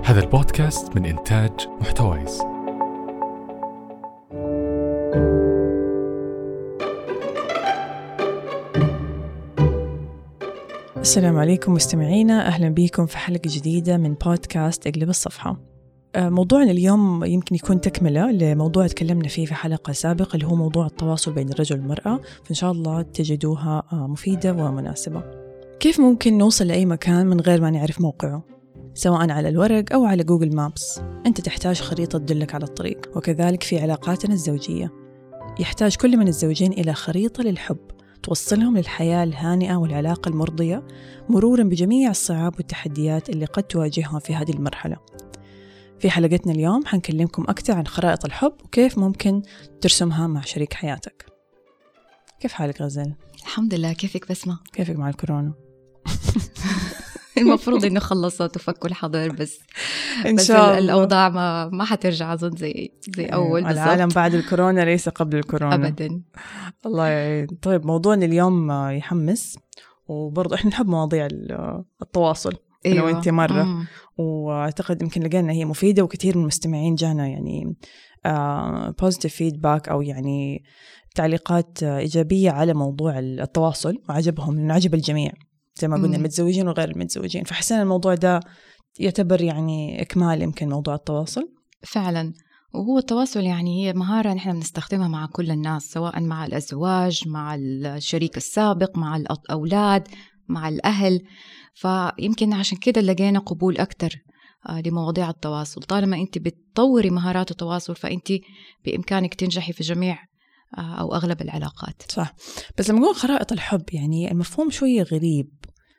هذا البودكاست من إنتاج محتويس. السلام عليكم مستمعينا، أهلا بكم في حلقة جديدة من بودكاست اقلب الصفحة. موضوعنا اليوم يمكن يكون تكملة لموضوع تكلمنا فيه في حلقة سابقة، اللي هو موضوع التواصل بين الرجل والمرأة، فإن شاء الله تجدوها مفيدة ومناسبة. كيف ممكن نوصل لأي مكان من غير ما نعرف موقعه؟ سواء على الورق أو على جوجل مابس، أنت تحتاج خريطة تدلك على الطريق. وكذلك في علاقاتنا الزوجية، يحتاج كل من الزوجين إلى خريطة للحب توصلهم للحياة الهانئة والعلاقة المرضية، مرورا بجميع الصعاب والتحديات اللي قد تواجههم في هذه المرحلة. في حلقتنا اليوم حنكلمكم أكثر عن خرائط الحب وكيف ممكن ترسمها مع شريك حياتك. كيف حالك غزل؟ الحمد لله، كيفك بسمة؟ كيفك مع الكورونا؟ المفروض إنه خلصت وفكوا الحظر، بس إن شاء الله الأوضاع ما حترجع أظن زي أول بالضبط. العالم بعد الكورونا ليس قبل الكورونا أبدا. الله يعين. طيب موضوعنا اليوم يحمس، وبرضه إحنا نحب مواضيع التواصل. أنا وإنتي مرة وأعتقد يمكن لقينا هي مفيدة، وكثير من المستمعين جانا يعني positive feedback أو يعني تعليقات إيجابية على موضوع التواصل، وعجبهم لأنه عجب الجميع زي ما قلنا، المتزوجين وغير المتزوجين. فحسنا الموضوع ده يعتبر يعني إكمال يمكن موضوع التواصل فعلا. وهو التواصل يعني هي مهارة نحن بنستخدمها مع كل الناس، سواء مع الأزواج، مع الشريك السابق، مع الأولاد، مع الأهل. فيمكن عشان كده لقينا قبول أكتر لمواضيع التواصل. طالما أنت بتطوري مهارات التواصل فأنت بإمكانك تنجحي في جميع أو أغلب العلاقات. صح. بس لما نقول خرائط الحب يعني المفهوم شوية غريب.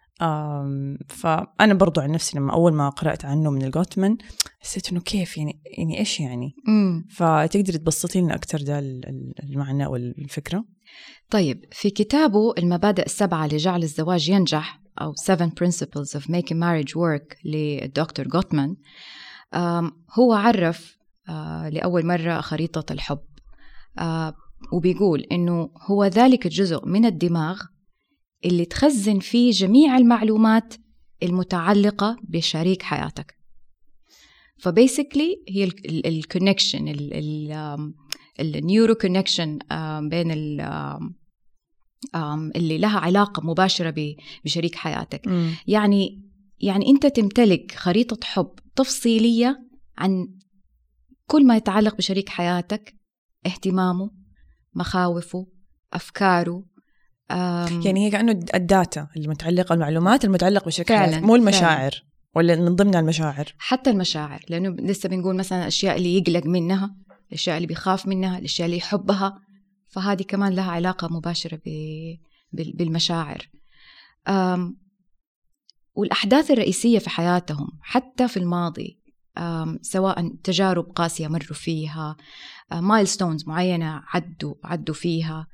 فأنا برضو عن نفسي لما أول ما قرأت عنه من الغوتمان حسيت إنه كيف يعني إيش يعني. فتقدر تبسطي لنا أكتر ده المعنى والفكرة؟ طيب، في كتابه المبادئ السبعة لجعل الزواج ينجح، أو 7 Principles of Making Marriage Work للدكتور غوتمان، هو عرف لأول مرة خريطة الحب، وبيقول إنه هو ذلك الجزء من الدماغ اللي تخزن فيه جميع المعلومات المتعلقة بشريك حياتك. فباسيكلي هي الكونكشن، النيورو كونكشن بين اللي لها علاقة مباشرة بشريك حياتك. يعني أنت تمتلك خريطة حب تفصيلية عن كل ما يتعلق بشريك حياتك، اهتمامه، مخاوفه، أفكاره. يعني هي كأنه الداتا المتعلقة، المعلومات المتعلقة بشريك حياتك، مو المشاعر فعلا. ولا من ضمن المشاعر؟ حتى المشاعر، لأنه لسه بنقول مثلا الأشياء اللي يقلق منها، الأشياء اللي بيخاف منها، الأشياء اللي يحبها، فهذه كمان لها علاقة مباشرة بالمشاعر. والأحداث الرئيسية في حياتهم حتى في الماضي، سواء تجارب قاسية مروا فيها، مايلستونز معينة عدوا فيها،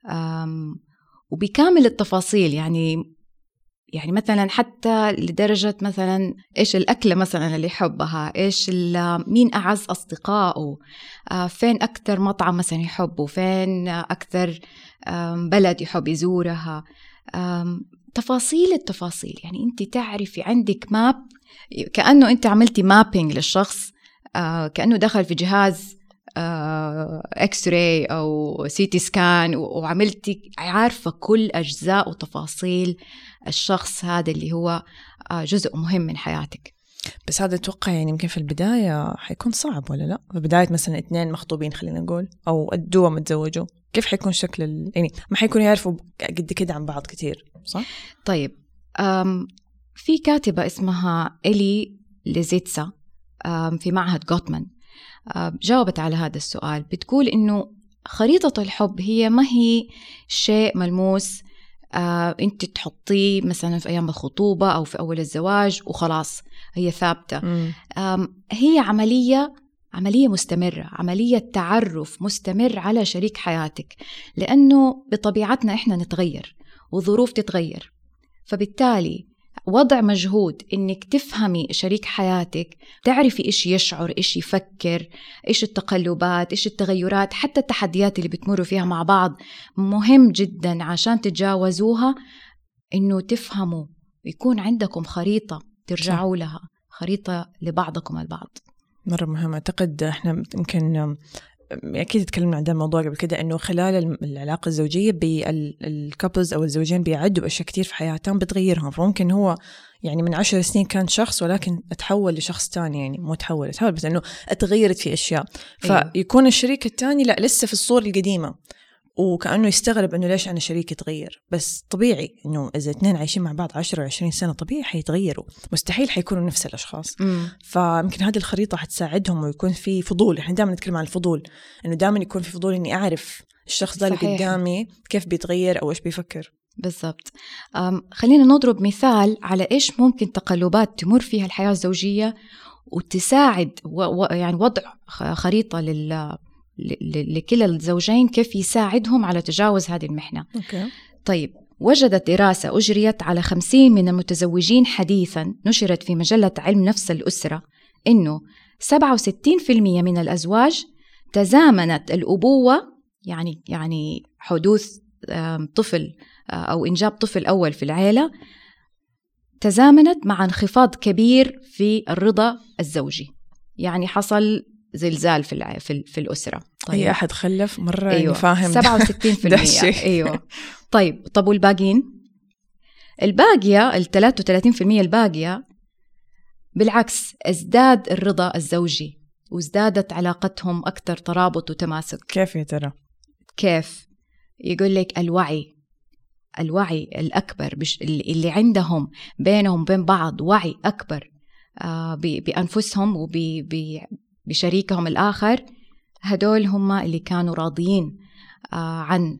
وبكامل التفاصيل. يعني مثلا حتى لدرجة مثلا إيش الأكلة مثلا اللي يحبها، إيش مين أعز أصدقائه، فين أكتر مطعم مثلا يحبه، فين أكتر بلد يحب يزورها، التفاصيل. يعني أنت تعرفي عندك ماب، كأنه أنت عملتي مابينج للشخص، كأنه دخل في جهاز اكس راي أو سيتي سكان، وعملتي عارفة كل أجزاء وتفاصيل الشخص هذا اللي هو جزء مهم من حياتك. بس هذا أتوقع يعني يمكن في البداية حيكون صعب ولا لا؟ في بداية مثلا 2 مخطوبين خلينا نقول، أو الدوا متزوجوا، كيف حيكون شكل يعني ما حيكونوا يعرفوا قد كده عن بعض كتير، صح؟ طيب، في كاتبة اسمها إلي ليزيتسا في معهد غوتمان جاوبت على هذا السؤال. بتقول إنه خريطة الحب هي ما هي شيء ملموس أنت تحطيه مثلا في أيام الخطوبة أو في أول الزواج وخلاص هي ثابتة. هي عملية مستمرة، عملية تعرف مستمر على شريك حياتك، لأنه بطبيعتنا إحنا نتغير والظروف تتغير. فبالتالي وضع مجهود إنك تفهمي شريك حياتك، تعرفي إيش يشعر، إيش يفكر، إيش التقلبات، إيش التغيرات، حتى التحديات اللي بتمروا فيها مع بعض، مهم جدا عشان تتجاوزوها. إنه تفهموا، يكون عندكم خريطة ترجعوا لها. خريطة لبعضكم البعض. مرة مهم. أعتقد إحنا يمكن أكيد تكلمنا عن ده الموضوع قبل كده، إنه خلال العلاقة الزوجية بالكابلز أو الزوجين بيعدوا بأشياء كتير في حياتهم بتغيرهم. فممكن هو يعني من 10 سنين كان شخص ولكن أتحول لشخص تاني، يعني مو أتحول بس إنه أتغيرت في أشياء. فيكون الشريك التاني لا لسه في الصورة القديمة، وكأنه يستغرب إنه ليش أنا شريكي يتغير. بس طبيعي إنه إذا اثنين عايشين مع بعض 10 و20 سنة طبيعي حيتغيروا، مستحيل حيكونوا نفس الأشخاص. فيمكن هذه الخريطة حتساعدهم ويكون في فضول. إحنا دائما نتكلم عن الفضول، إنه دائما يكون في فضول إني أعرف الشخص ده اللي قدامي كيف بيتغير أو إيش بيفكر. بالضبط. خلينا نضرب مثال على إيش ممكن تقلبات تمر فيها الحياة الزوجية وتساعد يعني وضع خريطة لكلا الزوجين كيف يساعدهم على تجاوز هذه المحنة. طيب، وجدت دراسة أجريت على 50 من المتزوجين حديثا نشرت في مجلة علم نفس الأسرة إنه 67% من الأزواج تزامنت الأبوة، يعني حدوث طفل أو إنجاب طفل أول في العائلة، تزامنت مع انخفاض كبير في الرضا الزوجي. يعني حصل زلزال في الأسرة. طيب. أي أحد خلف مرة. أيوة. فاهم 67%. أيوة. طب والباقين؟ الباقية 33% الباقية بالعكس ازداد الرضا الزوجي وازدادت علاقتهم أكثر ترابط وتماسك. كيف يا ترى؟ كيف؟ يقول لك الوعي الأكبر اللي عندهم بينهم بين بعض، وعي أكبر بأنفسهم وبشريكهم الآخر. هدول هم اللي كانوا راضيين عن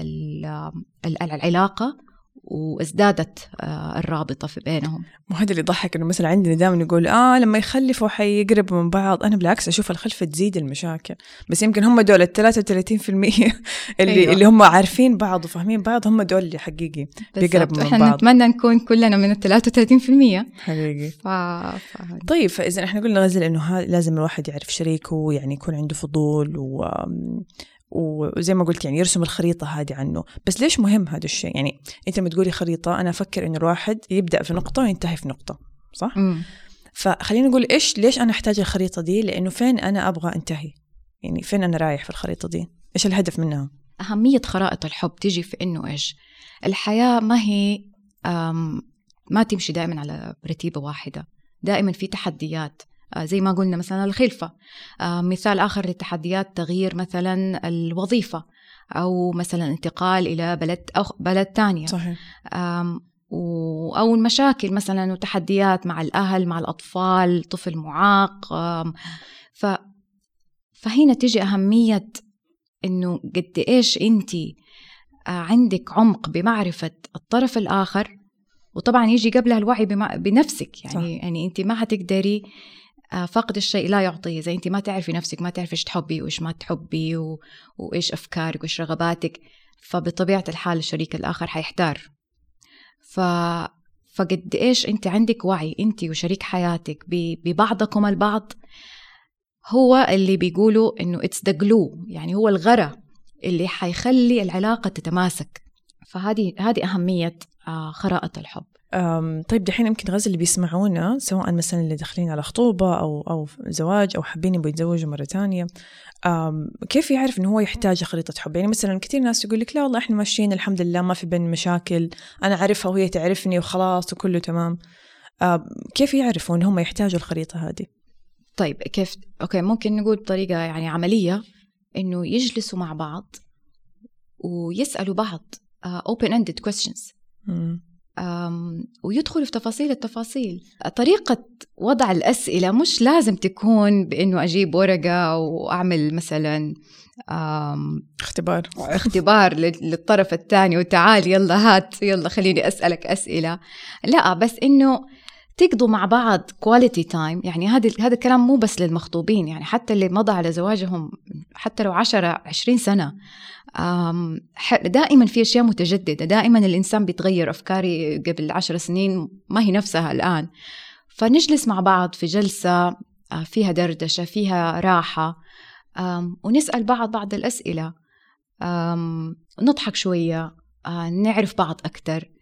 العلاقة وازدادت الرابطة في بينهم. وهذا اللي ضحك إنه مثلا عندنا دائما يقول لما يخلفوا حيقربوا من بعض. أنا بالعكس أشوف الخلفة تزيد المشاكل، بس يمكن هم دول 33% اللي هم عارفين بعض وفاهمين بعض، هم دول اللي حقيقي بيقربوا من بعض. احنا نتمنى نكون كلنا من 33% حقيقي. طيب، فإذا احنا قلنا غزل إنه لازم الواحد يعرف شريكه، يعني يكون عنده فضول وزي ما قلت يعني يرسم الخريطة هذه عنه. بس ليش مهم هذا الشيء؟ يعني أنت لما تقولي خريطة أنا أفكر إنه الواحد يبدأ في نقطة وينتهي في نقطة، صح؟ فخلينا نقول ليش أنا أحتاج الخريطة دي؟ لأنه فين أنا أبغى أنتهي، يعني فين أنا رايح في الخريطة دي، إيش الهدف منها؟ أهمية خرائط الحب تيجي في إنه إيش الحياة ما هي ما تمشي دائما على رتيبة واحدة، دائما في تحديات. زي ما قلنا مثلا الخلفة، مثال آخر للتحديات تغيير مثلا الوظيفة أو مثلا انتقال إلى بلد تانية. صحيح. أو المشاكل مثلا وتحديات مع الأهل، مع الأطفال، طفل معاق. فهنا تيجي أهمية إنه قد إيش أنتي عندك عمق بمعرفة الطرف الآخر، وطبعا يجي قبلها الوعي بنفسك. يعني أنتي ما هتقدري، فقد الشيء لا يعطيه. زي أنت ما تعرفي نفسك، ما تعرفي إيش تحبي وإيش ما تحبي وإيش أفكارك وإيش رغباتك، فبطبيعة الحال الشريك الآخر حيحتار. فقد إيش أنت عندك وعي أنت وشريك حياتك ببعضكم البعض، هو اللي بيقولوا إنه it's the glue، يعني هو الغرة اللي حيخلي العلاقة تتماسك. فهذه أهمية خرائط الحب. طيب دحين يمكن غزل اللي بيسمعونا سواء مثلا اللي داخلين على خطوبة أو زواج أو حابين يبغوا يتزوجوا مرة تانية، كيف يعرف إنه هو يحتاج خريطة حب؟ يعني مثلا كتير ناس يقول لك لا والله إحنا ماشيين الحمد لله ما في بين مشاكل، أنا أعرفها وهي تعرفني وخلاص وكله تمام. كيف يعرفوا إن هم يحتاجوا الخريطة هذه؟ طيب كيف؟ أوكي، ممكن نقول بطريقة يعني عملية، إنه يجلسوا مع بعض ويسألوا بعض open-ended questions. ويدخلوا في التفاصيل. طريقة وضع الأسئلة مش لازم تكون بأنه أجيب ورقة وأعمل مثلا اختبار للطرف الثاني وتعال يلا هات يلا خليني أسألك أسئلة. لا، بس إنه تقضوا مع بعض quality time. يعني هذا الكلام مو بس للمخطوبين، يعني حتى اللي مضى على زواجهم حتى لو 10-20 سنة، دائما في أشياء متجددة، دائما الإنسان بيتغير. أفكاري قبل 10 سنين ما هي نفسها الآن. فنجلس مع بعض في جلسة فيها دردشة، فيها راحة، ونسأل بعض الأسئلة، نضحك شوية، نعرف بعض أكتر.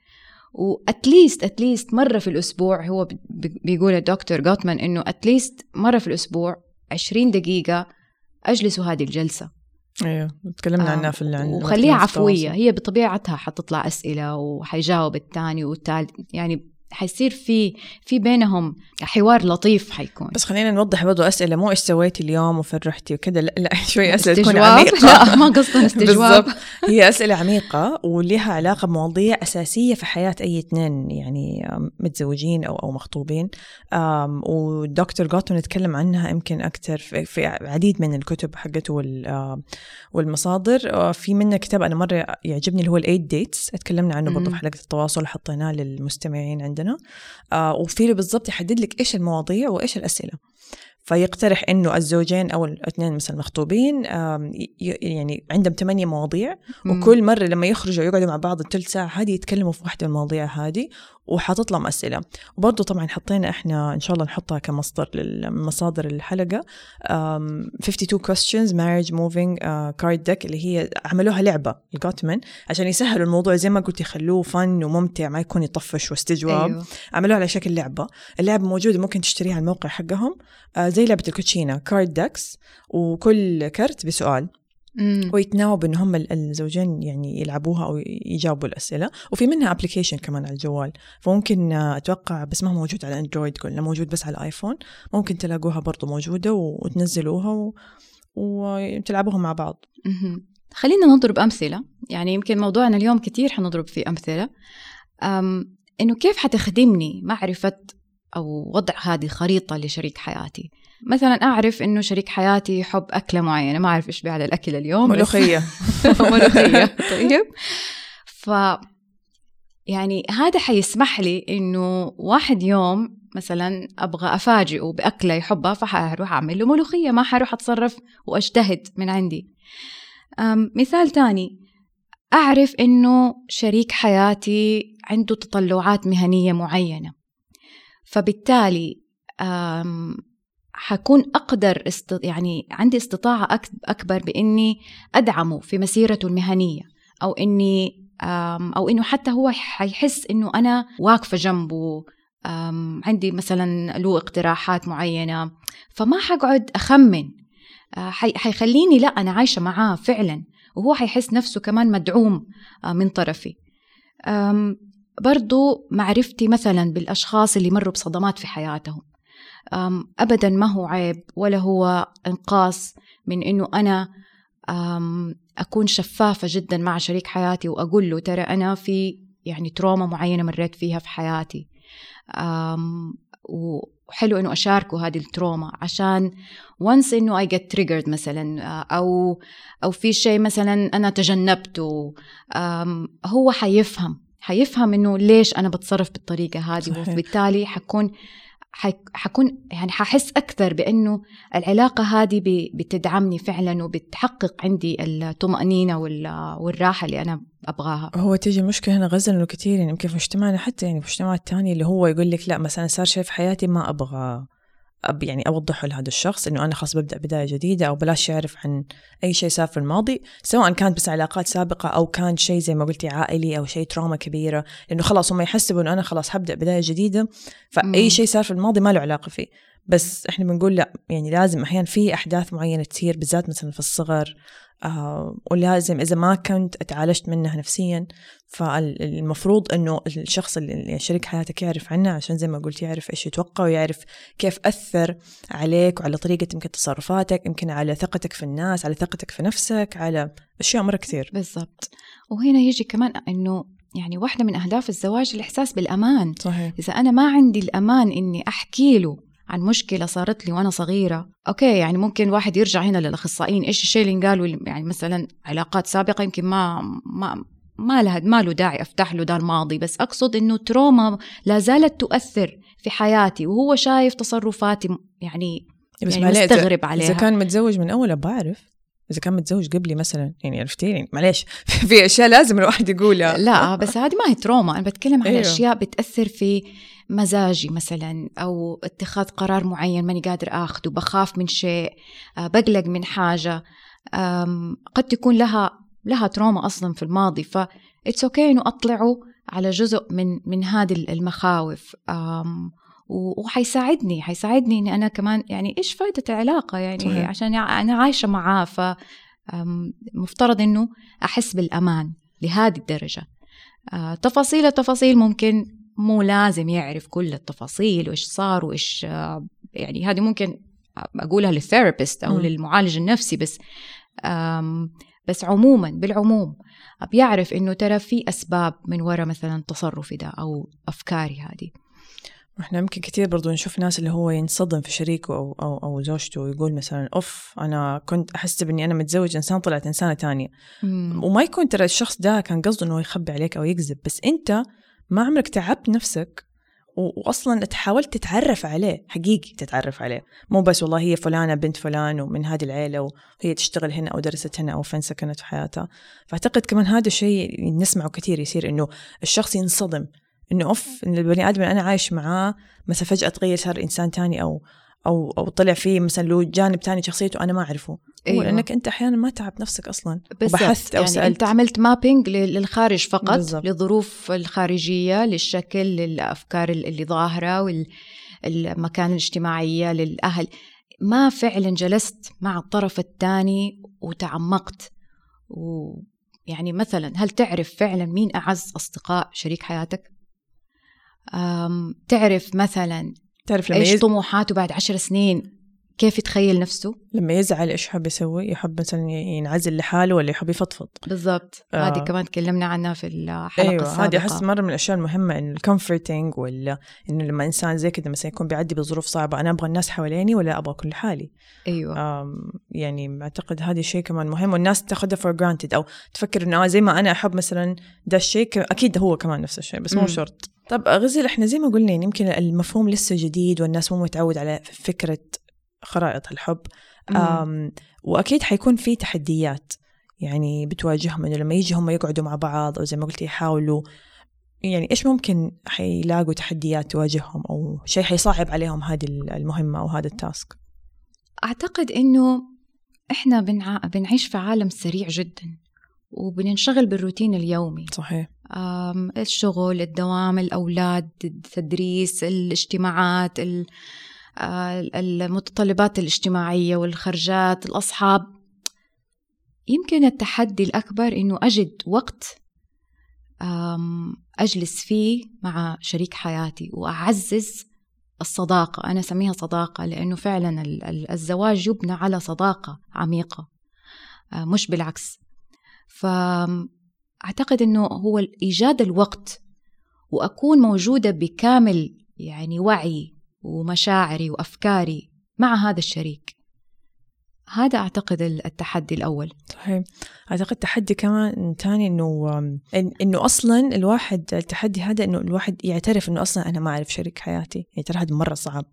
وأتليست مرة في الأسبوع، هو بيقول الدكتور غوتمان إنه أتليست مرة في الأسبوع 20 دقيقة أجلسوا هذه الجلسة. ايوه تكلمنا عنها في وخليها عفوية، هي بطبيعتها حتطلع أسئلة وحيجاوب الثاني والثالث، يعني حيصير في بينهم حوار لطيف حيكون. بس خلينا نوضح برضو أسئلة، مو إيش سويتي اليوم وفرحتي وكذا، لا شوي أسئلة تكون عميقة. لا ما قصدنا استجواب. هي أسئلة عميقة ولها علاقة بمواضيع أساسية في حياة أي اثنين يعني متزوجين أو مخطوبين. والدكتور غوتمان نتكلم عنها يمكن أكتر في عديد من الكتب حقته والمصادر. في منه كتاب أنا مرة يعجبني اللي هو ال8 dates، اتكلمنا عنه برضو في حلقة التواصل، حطيناه للمستمعين عندنا. وفي له بالضبط يحدد لك إيش المواضيع وإيش الأسئلة، فيقترح إنه الزوجين أو الاثنين مثلا مخطوبين يعني عندهم 8 مواضيع، وكل مرة لما يخرجوا يقعدوا مع بعض الثلث ساعة هذه يتكلموا في واحدة من المواضيع هذه، وحاطط لهم أسئلة. وبرضو طبعا حطينا إحنا إن شاء الله نحطها كمصدر للمصادر الحلقة 52 questions marriage moving card deck، اللي هي عملوها لعبة الغوتمان عشان يسهلوا الموضوع، زي ما قلت يخلوه فن وممتع، ما يكون يطفش واستجواب. أيوه. عملوها على شكل لعبة. اللعبة موجودة ممكن تشتريها على الموقع حقهم، زي لعبة الكوتشينة كارد ديكس، وكل كارت بسؤال ويتناوبوا إن هم الزوجين يعني يلعبوها أو يجاوبوا الأسئلة. وفي منها أبليكيشن كمان على الجوال، فممكن أتوقع بس ما هو موجود على أندرويد، قلنا موجود بس على الآيفون، ممكن تلاقوها برضو موجودة وتنزلوها وتلعبوها مع بعض. خلينا نضرب أمثلة، يعني يمكن موضوعنا اليوم كتير حنضرب فيه أمثلة، إنه كيف حتخدمني معرفة أو وضع هذه خريطة لشريك حياتي. مثلا أعرف إنه شريك حياتي يحب أكلة معينة، ما أعرف إيش على الأكل اليوم، ملوخية. ملوخية. طيب يعني هذا حيسمح لي إنه واحد يوم مثلا أبغى أفاجئه بأكلة يحبها، فحروح أعمل له ملوخية، ما حروح أتصرف وأجتهد من عندي. مثال تاني، أعرف إنه شريك حياتي عنده تطلعات مهنية معينة، فبالتالي حكون أقدر يعني عندي استطاعة أكبر بإني أدعمه في مسيرته المهنية، أو إنه حتى هو حيحس إنه أنا واقفة جنبه، عندي مثلا له اقتراحات معينة، فما حقعد أخمن، حيخليني لا أنا عايشة معاه فعلا، وهو حيحس نفسه كمان مدعوم من طرفي. برضو معرفتي مثلا بالأشخاص اللي مروا بصدمات في حياتهم، أبدا ما هو عيب ولا هو انقاص من إنه أنا أكون شفافة جدا مع شريك حياتي وأقول له ترى أنا في يعني تروما معينة مريت فيها في حياتي، وحلو إنه أشاركه هذه التروما، عشان once إنه I get triggered مثلا، أو في شيء مثلا أنا تجنبته، هو حيفهم إنه ليش أنا بتصرف بالطريقة هذه، وبالتالي حكون يعني ححس أكثر بأنه العلاقة هذه بتدعمني فعلا وبتحقق عندي الطمأنينة والراحة اللي أنا أبغاها. هو تيجي المشكلة هنا غزل إنه كتير يعني يمكن في مجتمعنا، حتى يعني في مجتمعات التانية، اللي هو يقول لك لا مثلا صار شيء في حياتي ما أبغى يعني أوضحه لهذا الشخص، إنه أنا خلاص ببدأ بداية جديدة، أو بلاش يعرف عن أي شيء صار في الماضي، سواء كانت بس علاقات سابقة أو كان شيء زي ما قلتي عائلي أو شيء تروما كبيرة، لأنه خلاص هم يحسبوا إنه أنا خلاص هبدأ بداية جديدة، فأي شيء صار في الماضي ما له علاقة فيه. بس إحنا بنقول لا، يعني لازم أحيانا في أحداث معينة تصير بالذات مثلا في الصغر، ولازم إذا ما كنت اتعالجت منها نفسيا، فالمفروض إنه الشخص اللي شريك حياتك يعرف عنها، عشان زي ما قلت يعرف إيش يتوقع، ويعرف كيف أثر عليك وعلى طريقة يمكن تصرفاتك، يمكن على ثقتك في الناس، على ثقتك في نفسك، على أشياء مرة كثير. بالضبط. وهنا يجي كمان إنه يعني واحدة من أهداف الزواج الإحساس بالأمان. صحيح. إذا أنا ما عندي الأمان إني أحكي له عن مشكلة صارت لي وأنا صغيرة، أوكي يعني ممكن واحد يرجع هنا للأخصائيين، إيش الشيء اللي قالوا يعني مثلا علاقات سابقة يمكن ما له داعي أفتح له ده الماضي، بس أقصد إنه تروما لا زالت تؤثر في حياتي، وهو شايف تصرفاتي يعني مستغرب عليها. إذا كان متزوج من أول بعرف، إذا كان متزوج قبلي مثلا، يعني عرفتيني معليش في أشياء لازم الواحد يقولها. لا بس هذه ما هي تروما، أنا بتكلم عن أشياء بتأثر في مزاجي مثلا، أو اتخاذ قرار معين ماني قادر أخذه، بخاف من شيء، بقلق من حاجة قد تكون لها تروما أصلا في الماضي، فإتس أوكي إنه أطلعه على جزء من هذه المخاوف، وحيساعدني إني أنا كمان يعني إيش فايدة العلاقة يعني صحيح. عشان أنا عايشة معاه، فمفترض إنه أحس بالأمان لهذه الدرجة. تفاصيل ممكن مو لازم يعرف كل التفاصيل وإيش صار وإيش يعني هذه ممكن أقولها للثيرابيست أو للمعالج النفسي، بس بالعموم بيعرف إنه ترى في أسباب من وراء مثلا تصرفي ده أو أفكاري هذه. احنا يمكن كتير برضو نشوف ناس اللي هو ينصدم في شريكه أو زوجته ويقول مثلا أنا كنت أحس بأني أنا متزوج إنسان طلعت إنسانة تانية. وما يكون ترى الشخص ده كان قصده إنه يخبي عليك أو يكذب، بس أنت ما عمرك تعبت نفسك وأصلا تحاولت تتعرف عليه حقيقي، تتعرف عليه، مو بس والله هي فلانة بنت فلان ومن هذه العيلة وهي تشتغل هنا أو درست هنا أو فين سكنت في حياتها. فأعتقد كمان هذا الشيء نسمعه كتير، يصير إنه الشخص ينصدم إنه إن البني آدم اللي أنا عايش معاه مثلا فجأة تغير صار إنسان تاني أو طلع فيه مثلا له جانب تاني شخصيته أنا ما أعرفه. أيوة. لأنك أنت أحيانا ما تعب نفسك أصلا وبحثت أو يعني أنت عملت مابينج للخارج فقط. بالزبط. للظروف الخارجية، للشكل، للأفكار اللي ظاهرة والمكان الاجتماعية، للأهل. ما فعلا جلست مع الطرف الثاني وتعمقت. ويعني مثلا هل تعرف فعلا مين أعز أصدقاء شريك حياتك؟ تعرف مثلا إيش طموحاته بعد 10 سنين؟ كيف يتخيل نفسه؟ لما يزعل إيش حب يسوي؟ يحب مثلا ينعزل لحاله ولا يحب يفضفض؟ بالضبط. هذه كمان تكلمنا عنها في الحلقة السابقة. هذه أحس مرة من الأشياء المهمة، إنه الكومفورتينج، ولا إنه لما إنسان زي كده مثلا يكون بيعدي بظروف صعبة أنا أبغى الناس حواليني ولا أبغى كل حالي. أيوة. يعني أعتقد هذا الشيء كمان مهم، والناس تأخذها for granted أو تفكر إنه زي ما أنا أحب مثلا ده الشيء أكيد هو كمان نفس الشيء، بس مو شرط. طب غزل، إحنا زي ما قلنا يمكن المفهوم لسه جديد والناس مو متعود على فكرة خرائط الحب. وأكيد حيكون في تحديات يعني بتواجههم، إنه لما يجي هم يقعدوا مع بعض أو زي ما قلت يحاولوا، يعني إيش ممكن حيلاقوا تحديات تواجههم أو شيء حيصعب عليهم هذه المهمة أو هذا التاسك؟ أعتقد إنه إحنا بنعيش في عالم سريع جدا وبننشغل بالروتين اليومي. صحيح. الشغل، الدوام، الأولاد، التدريس، الاجتماعات، المتطلبات الاجتماعية والخرجات، الأصحاب. يمكن التحدي الأكبر إنه أجد وقت أجلس فيه مع شريك حياتي وأعزز الصداقة. أنا أسميها صداقة لأنه فعلا الزواج يبنى على صداقة عميقة، مش بالعكس. فأعتقد إنه هو إيجاد الوقت وأكون موجودة بكامل يعني وعي ومشاعري وأفكاري مع هذا الشريك. هذا أعتقد التحدي الأول. صحيح. أعتقد تحدي كمان تاني إنه أصلا التحدي هذا إنه الواحد يعترف إنه أصلا أنا ما أعرف شريك حياتي. يعني ترى هذا مرة صعب.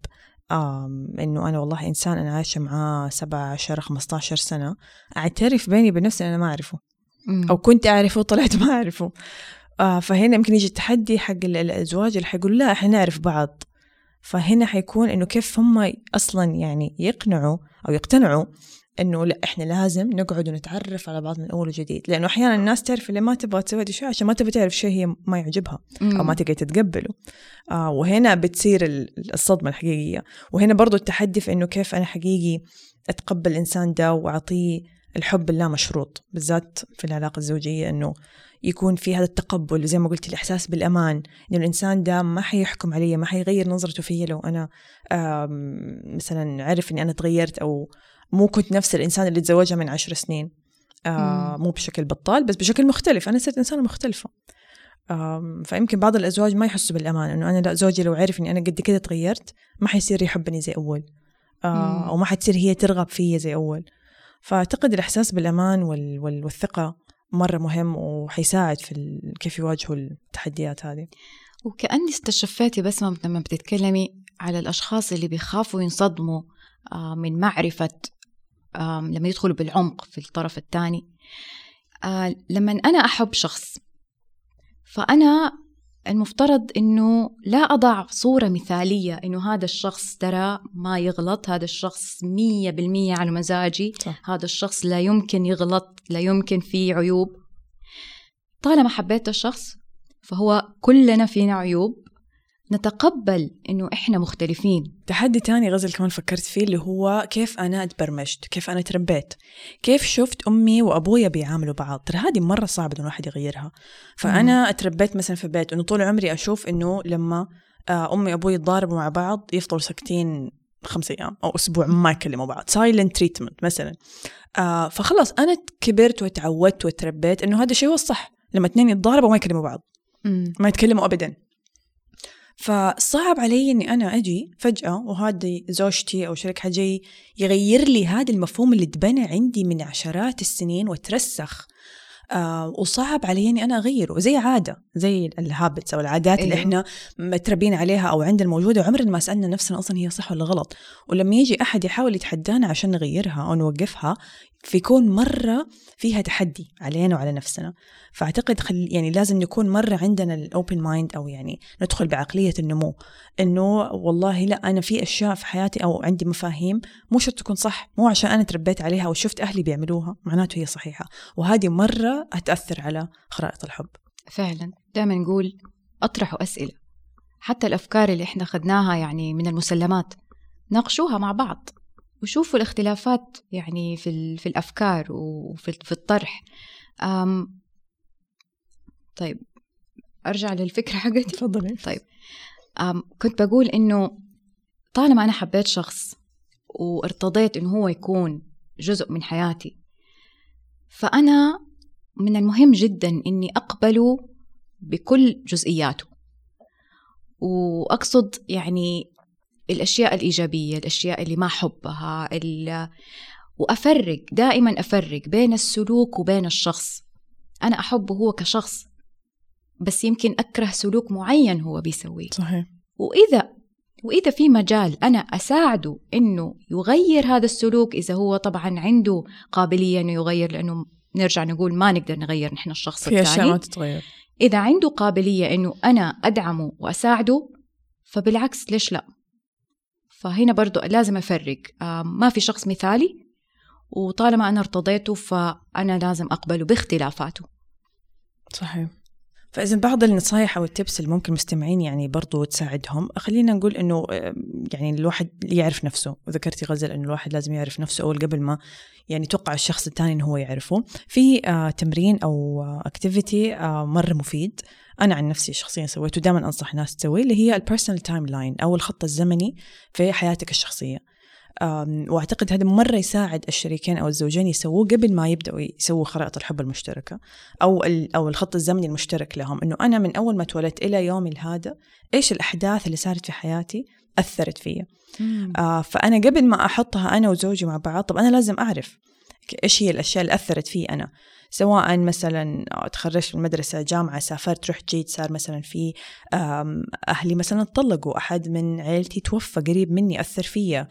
إنه أنا والله إنسان أنا عايشة معاه 17-15 سنة، أعترف بيني بنفسي أنا ما أعرفه أو كنت أعرفه طلعت ما أعرفه. فهنا يمكن يجي التحدي حق الأزواج اللي حيقول لا إحنا نعرف بعض. فهنا حيكون إنه كيف هم أصلاً يعني يقنعوا أو يقتنعوا إنه لا إحنا لازم نقعد ونتعرف على بعض من أول وجديد. لأنه أحياناً الناس تعرف اللي ما تبغى تسوي شيء عشان ما تبغى تعرف شيء هي ما يعجبها أو ما تقدر تتقبله. وهنا بتصير الصدمة الحقيقية. وهنا برضو التحدي في إنه كيف أنا حقيقي أتقبل الإنسان ده وأعطيه الحب اللا مشروط، بالذات في العلاقة الزوجية، إنه يكون في هذا التقبل زي ما قلت، الإحساس بالأمان، إنه الإنسان ده ما حيحكم علي، ما حيغير نظرته فيا لو أنا مثلا عرف إني أنا تغيرت أو مو كنت نفس الإنسان اللي تزوجها من 10 سنين. مو بشكل بطال بس بشكل مختلف، أنا صرت إنسانة مختلفة. فيمكن بعض الأزواج ما يحسوا بالأمان، إنه أنا لا، زوجي لو عرف إني أنا قد كده تغيرت ما حيصير يحبني زي أول، أو ما حتصير هي ترغب فيا زي أول. فأعتقد الإحساس بالأمان والثقة مرة مهم وحيساعد في كيف يواجهوا التحديات هذه. وكأني استشفيتي بس لما بتتكلمي على الأشخاص اللي بيخافوا ينصدموا من معرفة، لما يدخلوا بالعمق في الطرف الثاني. لما أنا أحب شخص، فأنا المفترض إنه لا أضع صورة مثالية إنه هذا الشخص ترى ما يغلط، هذا الشخص 100% على مزاجي، هذا الشخص لا يمكن يغلط، لا يمكن فيه عيوب. طالما حبيت الشخص فهو كلنا فينا عيوب، نتقبل إنه إحنا مختلفين. تحدي تاني غزل كمان فكرت فيه اللي هو كيف أنا أتبرمجت، كيف أنا تربيت، كيف شفت أمي وأبويا بيعاملوا بعض. ترى هذه مرة صعبة إنه الواحد يغيرها. فأنا أتربيت مثلا في بيت إنه طول عمري أشوف إنه لما أمي وأبوي يتضاربوا مع بعض يفضلوا ساكتين 5 أيام أو أسبوع ما يكلموا بعض، silent treatment مثلا. فخلص أنا كبرت وتعودت وتربيت إنه هذا الشيء هو الصح، لما 2 يتضاربوا ما يكلموا بعض، ما يتكلموا أبدا. فصعب علي إني أنا أجي فجأة وهذه زوجتي أو شريك حاجي يغير لي هذا المفهوم اللي تبنى عندي من عشرات السنين وترسخ. وصعب علي إني أنا أغيره، زي عادة، زي الهابتس أو العادات اللي إحنا متربين عليها أو عندنا موجودة، وعمرنا ما سألنا نفسنا أصلا هي صح ولا غلط. ولما يجي أحد يحاول يتحدانا عشان نغيرها أو نوقفها فيكون مرة فيها تحدي علينا وعلى نفسنا. فأعتقد يعني لازم نكون مرة عندنا الأوبن مايند، أو يعني ندخل بعقلية النمو، إنه والله لا، أنا في أشياء في حياتي أو عندي مفاهيم مو شرط تكون صح، مو عشان أنا تربيت عليها وشفت أهلي بيعملوها معناته هي صحيحة. وهذه مرة هتأثر على خرائط الحب. فعلا دائما نقول أطرحوا أسئلة، حتى الأفكار اللي إحنا خدناها يعني من المسلمات ناقشوها مع بعض وشوفوا الاختلافات يعني في الأفكار وفي الطرح. طيب أرجع للفكرة حقتي. تفضلي. طيب كنت بقول إنه طالما أنا حبيت شخص وارتضيت إنه هو يكون جزء من حياتي، فأنا من المهم جدا إني أقبله بكل جزئياته، وأقصد يعني الأشياء الإيجابية، الأشياء اللي ما أحبها، وأفرق دائما، أفرق بين السلوك وبين الشخص. أنا أحبه هو كشخص، بس يمكن أكره سلوك معين هو بيسويه. صحيح. وإذا في مجال أنا أساعده إنه يغير هذا السلوك، إذا هو طبعا عنده قابلية إنه يغير، لأنه نرجع نقول ما نقدر نغير نحن الشخص الثاني، في أشياء ما تتغير. إذا عنده قابلية إنه أنا أدعمه وأساعده، فبالعكس ليش لا؟ فهنا برضو لازم أفرق، ما في شخص مثالي، وطالما أنا ارتضيته فأنا لازم أقبله باختلافاته. صحيح. فإذا بعض النصايح أو التبس اللي ممكن مستمعين يعني برضو تساعدهم، خلينا نقول إنه يعني الواحد يعرف نفسه، وذكرتي غزل إنه الواحد لازم يعرف نفسه أول قبل ما يعني توقع الشخص الثاني إنه هو يعرفه. في تمرين أو أكتيفيتي مرة مفيد، أنا عن نفسي شخصيا سويته، دائما أنصح ناس تسويه، اللي هي البيرسونال تايم لاين أو الخط الزمني في حياتك الشخصية. وأعتقد هذا مرة يساعد الشريكين أو الزوجين يسووه قبل ما يبدأوا يسووا خرائط الحب المشتركة أو الخط الزمني المشترك لهم، إنه أنا من أول ما اتولدت إلى يومي هذا إيش الأحداث اللي صارت في حياتي أثرت فيا. فأنا قبل ما أحطها أنا وزوجي مع بعض، طب أنا لازم أعرف إيش هي الأشياء اللي أثرت فيه أنا، سواء مثلا تخرجت من المدرسة، جامعة، سافرت، رحت جيت، صار مثلا في أهلي مثلا طلقوا، أحد من عائلتي توفى قريب مني أثر فيا،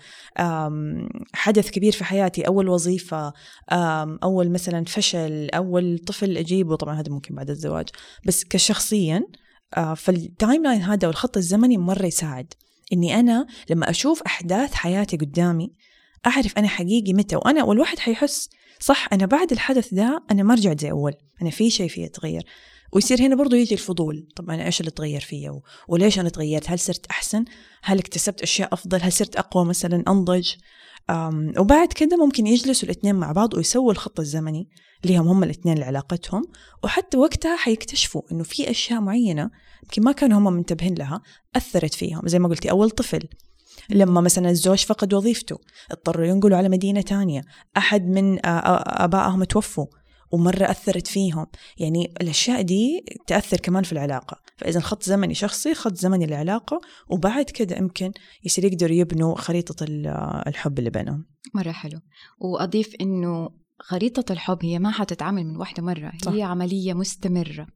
حدث كبير في حياتي، أول وظيفة، أول مثلا فشل، أول طفل أجيبه، طبعا هذا ممكن بعد الزواج، بس كشخصيا. فالتايم لاين هذا والخط الزمني مرة يساعد إني أنا لما أشوف أحداث حياتي قدامي أعرف أنا حقيقي متى، وأنا والواحد حيحس صح أنا بعد الحدث ده أنا ما رجعت زي أول، أنا في شيء فيه تغير. ويصير هنا برضو يجي الفضول، طب أنا إيش اللي تغير فيه وليش أنا تغيرت؟ هل صرت أحسن؟ هل اكتسبت أشياء أفضل؟ هل صرت أقوى مثلا، أنضج؟ وبعد كده ممكن يجلسوا الاثنين مع بعض ويسووا الخط الزمني ليهم هم الاثنين لعلاقتهم، وحتى وقتها حيكتشفوا إنه في أشياء معينة يمكن ما كانوا هم منتبهين لها أثرت فيهم. زي ما قلتي أول طفل، لما مثلا الزوج فقد وظيفته، اضطروا ينقلوا على مدينة تانية، أحد من آبائهم توفوا ومرة أثرت فيهم، يعني الأشياء دي تأثر كمان في العلاقة. فإذا خط زمني شخصي، خط زمني العلاقة، وبعد كده يمكن يصير يقدروا يبنوا خريطة الحب اللي بينهم. مرة حلو. وأضيف إنه خريطة الحب هي ما حتتعامل من واحدة مرة، صح. هي عملية مستمرة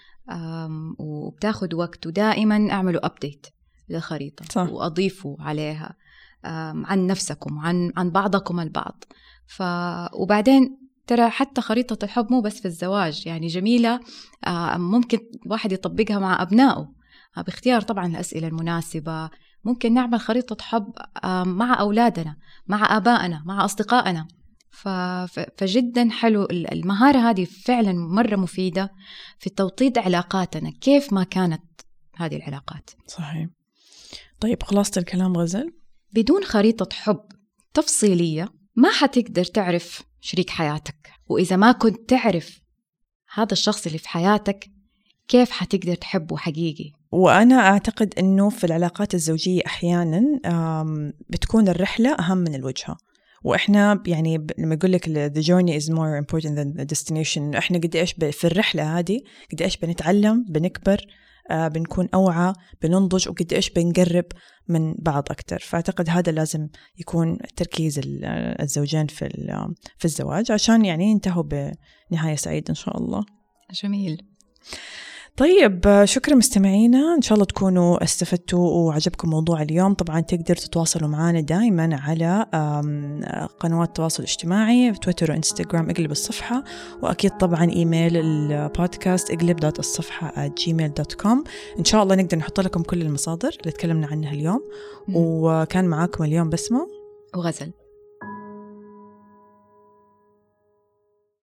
وبتاخد وقت، ودائما أعملوا أبديت للخريطة، صح. وأضيفوا عليها عن نفسكم، عن بعضكم البعض. وبعدين ترى حتى خريطة الحب مو بس في الزواج، يعني جميلة، ممكن واحد يطبقها مع أبنائه باختيار طبعا الأسئلة المناسبة. ممكن نعمل خريطة حب مع أولادنا، مع آبائنا، مع أصدقائنا. فجدا حلو المهارة هذه، فعلا مرة مفيدة في توطيد علاقاتنا كيف ما كانت هذه العلاقات. صحيح. طيب خلاصة الكلام غزل، بدون خريطة حب تفصيلية ما حتقدر تعرف شريك حياتك، وإذا ما كنت تعرف هذا الشخص اللي في حياتك كيف حتقدر تحبه حقيقي. وأنا أعتقد أنه في العلاقات الزوجية أحياناً بتكون الرحلة أهم من الوجهة. وإحنا يعني لما يقول لك the journey is more important than the destination، إحنا قد إيش في الرحلة هذه قد إيش بنتعلم، بنكبر، بنكون أوعى، بننضج، وقد إيش بنقرب من بعض أكتر. فأعتقد هذا لازم يكون تركيز الزوجين في الزواج عشان يعني ينتهوا بنهاية سعيدة إن شاء الله. جميل. طيب شكرا مستمعينا، إن شاء الله تكونوا استفدتوا وعجبكم موضوع اليوم. طبعا تقدر تتواصلوا معنا دائما على قنوات التواصل الاجتماعي في تويتر وإنستغرام اقلب الصفحة، وأكيد طبعا إيميل البودكاست اقلب.الصفحة@gmail.com. إن شاء الله نقدر نحط لكم كل المصادر اللي تكلمنا عنها اليوم. وكان معاكم اليوم بسمة وغزل.